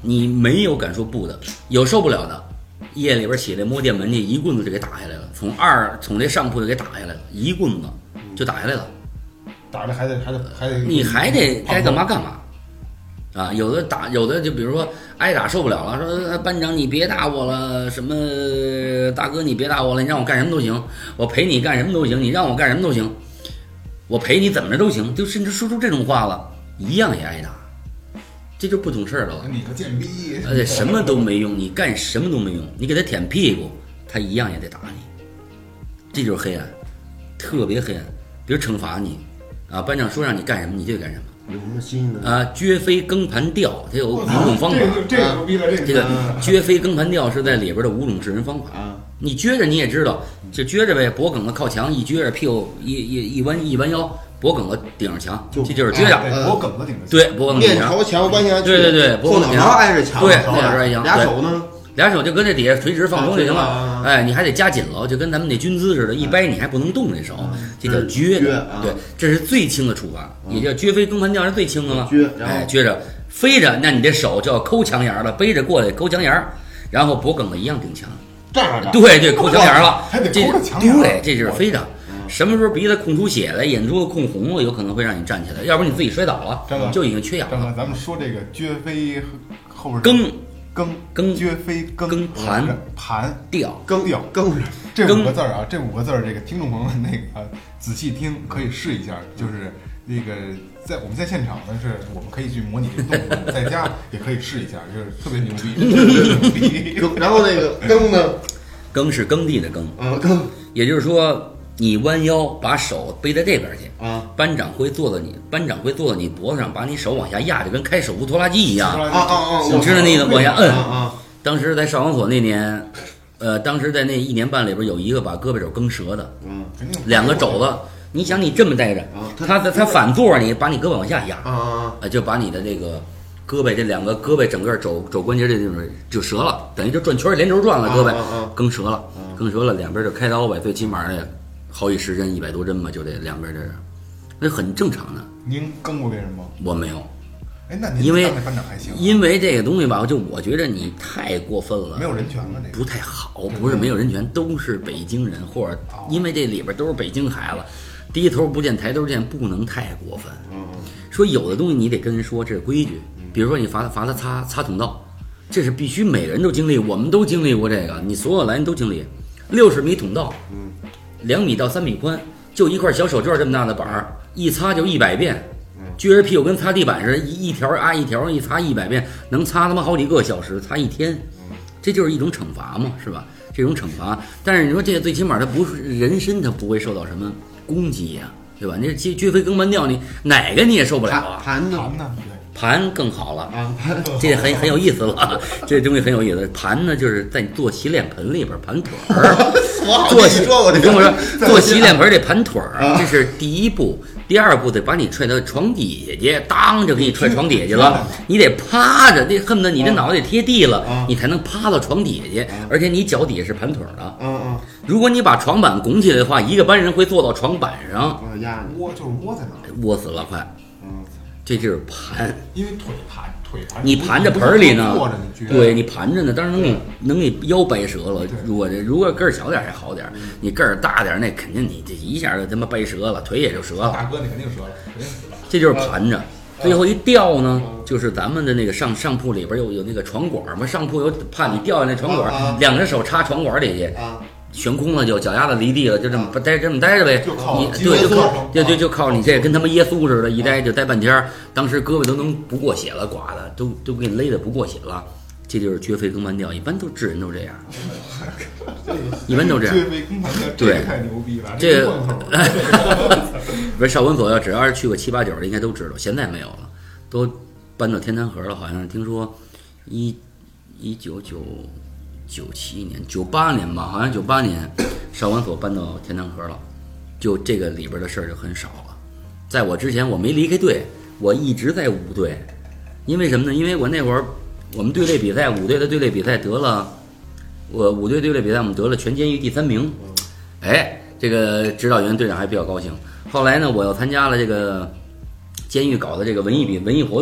你没有敢说不的，有受不了的，夜里边起来摸电门去，一棍子就给打下来了，从二从这上铺就给打下来了，一棍子就打下来了， 打着还得还得还得， 你还得该干嘛干嘛。啊，有的打，有的就比如说挨打受不了了，说班长你别打我了，什么大哥你别打我了，你让我干什么都行，我陪你干什么都行，你让我干什么都行，我陪你怎么着都行，就甚至说出这种话了，一样也挨打，这就不懂事儿了。 你个贱逼！ 而且什么都没用，你干什么都没用，你给他舔屁股，他一样也得打你，这就是黑暗，特别黑暗。比如惩罚你，啊，班长说让你干什么你就得干什么。 有什么新的啊？绝飞更盘调，它有五种方法。 这个牛逼了，这个这个绝飞更盘调是在里边的五种制人方法。 啊， 你撅着你也知道，就撅着呗，脖梗子靠墙一撅着，屁股一一一弯一弯腰，脖梗子顶着墙，这就是撅着。 对脖梗子顶着。 对，脖梗子顶着。 面朝墙弯下去。 对对对，脖后梗子脑勺挨着墙。 对，后脑勺挨墙。 俩手呢？ 俩手就搁这底下垂直放松就行了。 啊、 哎，你还得夹紧了，就跟咱们那军姿似的，一掰你还不能动这手， 啊、 这叫撅。 撅啊、 对，这是最轻的处罚，啊、也叫撅飞更盘调是最轻的了。 撅， 哎，撅着飞着，那你这手就要抠墙沿了，背着过来抠墙沿，然后脖梗子一样顶墙。 站着。 对对，抠墙沿了， 还得这抠着墙沿。 对，这就是飞着。什么时候鼻子空出血来，眼珠子空红了，有可能会让你站起来，要不然你自己摔倒了，就已经缺氧了。 咱们说这个撅飞后边更。 更更撅飞更更盘盘调更调更这五个字啊，这五个字儿，这个听众朋友们那个仔细听，可以试一下。就是那个在我们在现场呢，是我们可以去模拟这个动作，在家也可以试一下，就是特别牛逼，牛逼。 然后那个更呢， 更是耕地的耕啊，更， 也就是说。你弯腰把手背在这边去啊， 班长会坐到你，班长会坐到你脖子上，把你手往下压，就跟开手扶拖拉机一样啊啊啊！ 你知道那个往下摁啊。 当时在少管所那年，呃，当时在那一年半里边有一个把胳膊肘蹬折的， 嗯， 两个肘子，你想你这么待着，他他他反坐你，把你胳膊往下压， 啊啊，就把你的这个胳膊这两个胳膊整个肘肘关节这地方就折了，等于就转圈连轴转了，胳膊蹬折了，蹬折了，两边就开刀呗，最起码的。好几十针，一百多针吧，就这两边这是，那很正常的。 您更过别人吗？ 我没有。 哎，那您因为班长还行、啊。 因为这个东西吧，就我觉得你太过分了， 没有人权了，这个不太好。不是没有人权，都是北京人，或者因为这里边都是北京孩子，低头不见抬头见，不能太过分。 嗯， 说有的东西你得跟人说，这是规矩。比如说你罚罚他擦擦通道，这是必须每个人都经历，我们都经历过这个，你所有来人都经历。六十米通道， 嗯。 两米到三米宽，就一块小手绢这么大的板儿，一擦就一百遍，撅着屁股跟擦地板似的，一一条啊一条，一擦一百遍，能擦他妈好几个小时，擦一天，这就是一种惩罚嘛，是吧？这种惩罚，但是你说这个最起码它不是人身，它不会受到什么攻击呀、啊，对吧？你这撅撅飞更盘调，你哪个你也受不了啊？ 盘呢？ 盘呢？ 盘更好了啊，盘这很很有意思了，这东西很有意思。盘呢，就是在做洗脸盆里边盘腿儿。做洗，你跟我说，做洗脸盆得盘腿儿，这是第一步。第二步得把你踹到床底下去，当就给你踹床底下去了。你得趴着，得恨不得你的脑袋贴地了，你才能趴到床底下去。而且你脚底下是盘腿的。 嗯嗯。 如果你把床板拱起来的话，一个班人会坐到床板上， 压窝就是窝在哪儿？ 窝死了快。 嗯， 这就是盘。 因为腿盘。 你盘着盆里呢， 你对你盘着呢，当然能给能给腰掰折了。如果这如果个儿小点还好点，你个儿大点，那肯定你这一下就他妈掰折了，腿也就折了。 大哥，你肯定折了，肯定折了。 这就是盘着。最后一吊呢，就是咱们的那个上上铺里边有有那个床管嘛，上铺有怕你掉下那床管，两只手插床管里去。悬空了就脚丫子离地了，就这么待这么待着呗。你对就靠就就就靠你这跟他妈耶稣似的，一待就待半天。当时胳膊都能不过血了，刮的都都给你勒得不过血了。这就是绝飞更盘调，一般都治人都这样，一般都这样。 绝飞更盘调， 对， 太牛逼了。 这个不是少管所要只要是去过七八九的，应该都知道。现在没有了，都搬到天坛河了。好像听说一一九九。九七年、九八年吧，好像九八年，少管所搬到天坛河了，就这个里边的事儿就很少了。在我之前，我没离开队，我一直在五队，因为什么呢？因为我那会儿我们队列比赛，五队的队列比赛得了，我五队队列比赛我们得了全监狱第三名，哎，这个指导员队长还比较高兴。后来呢，我又参加了这个监狱搞的这个文艺比文艺活动。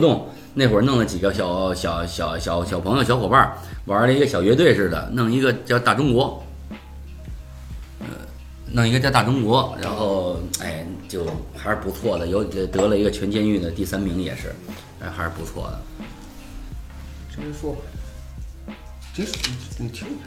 那会儿弄了几个小小小小小朋友小伙伴玩了一个小乐队似的，弄一个叫大中国，呃，弄一个叫大中国，然后哎就还是不错的，有得了一个全监狱的第三名也是，哎还是不错的。 直接说吧，这你听一下。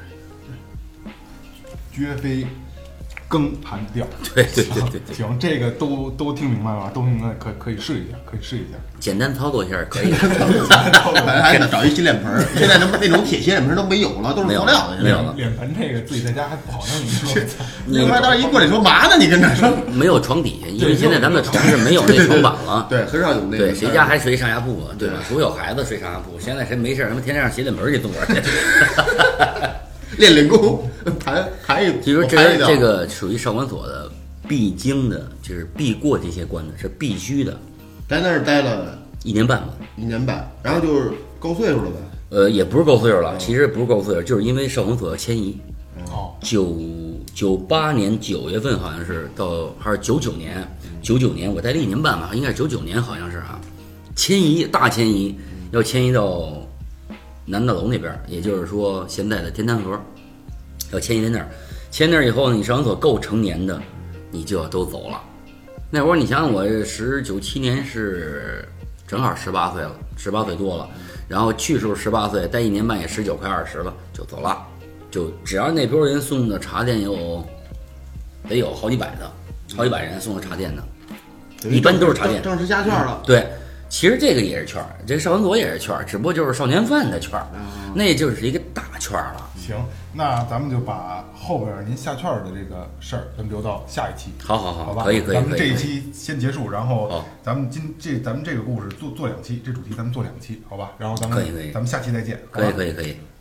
绝非更盘调。 对对对对对， 行，这个都都听明白了，都明白，可可以试一下，可以试一下。 简单操作一下可以。 还还得找一洗脸盆儿，现在那那种铁洗脸盆都没有了，都是塑料的。 没有了。 脸盆这个自己在家还不好弄，你说。 你妈当时一过来说嘛呢？你跟这说没有床底下，因为现在咱们的床是没有那床板了。 对，很少有那。 对，谁家还睡上下铺啊？对吧？除有孩子睡上下铺，现在谁没事他妈天天上洗脸盆去坐着去。 练练功，弹弹一。 其实这是这个属于少管所的必经的，就是必过这些关的，是必须的。 在那儿待了一年半吧， 一年半，然后就是够岁数了呗。 呃，也不是够岁数了，其实不是够岁数，就是因为少管所要迁移。 哦， 九九八年九月份好像是到，还是九九年，九九年我待了一年半吧，应该是九九年好像是啊，迁移大迁移，要迁移到南大楼那边，也就是说现在的天坛河，要迁移在那儿。迁那儿以后呢，你少管所够成年的，你就要都走了。那会儿你想想，我十九七年是正好十八岁了，十八岁多了，然后去时候十八岁，待一年半也十九快二十了，就走了。就只要那波人送的茶店有，得有好几百的，好几百人送的茶店的，一般都是茶店， 正式加券了。 对。其实这个也是券儿，这个少管所也是券儿，只不过就是少年犯的券儿，那就是一个大券儿了。 行，那咱们就把后边您下券的这个事儿，咱们留到下一期。 好好好， 好吧， 可以可以。 咱们这一期先结束，然后好， 咱们今这咱们这个故事做做两期，这主题咱们做两期，好吧？然后咱们可以可以， 咱们下期再见。 可以可以可以。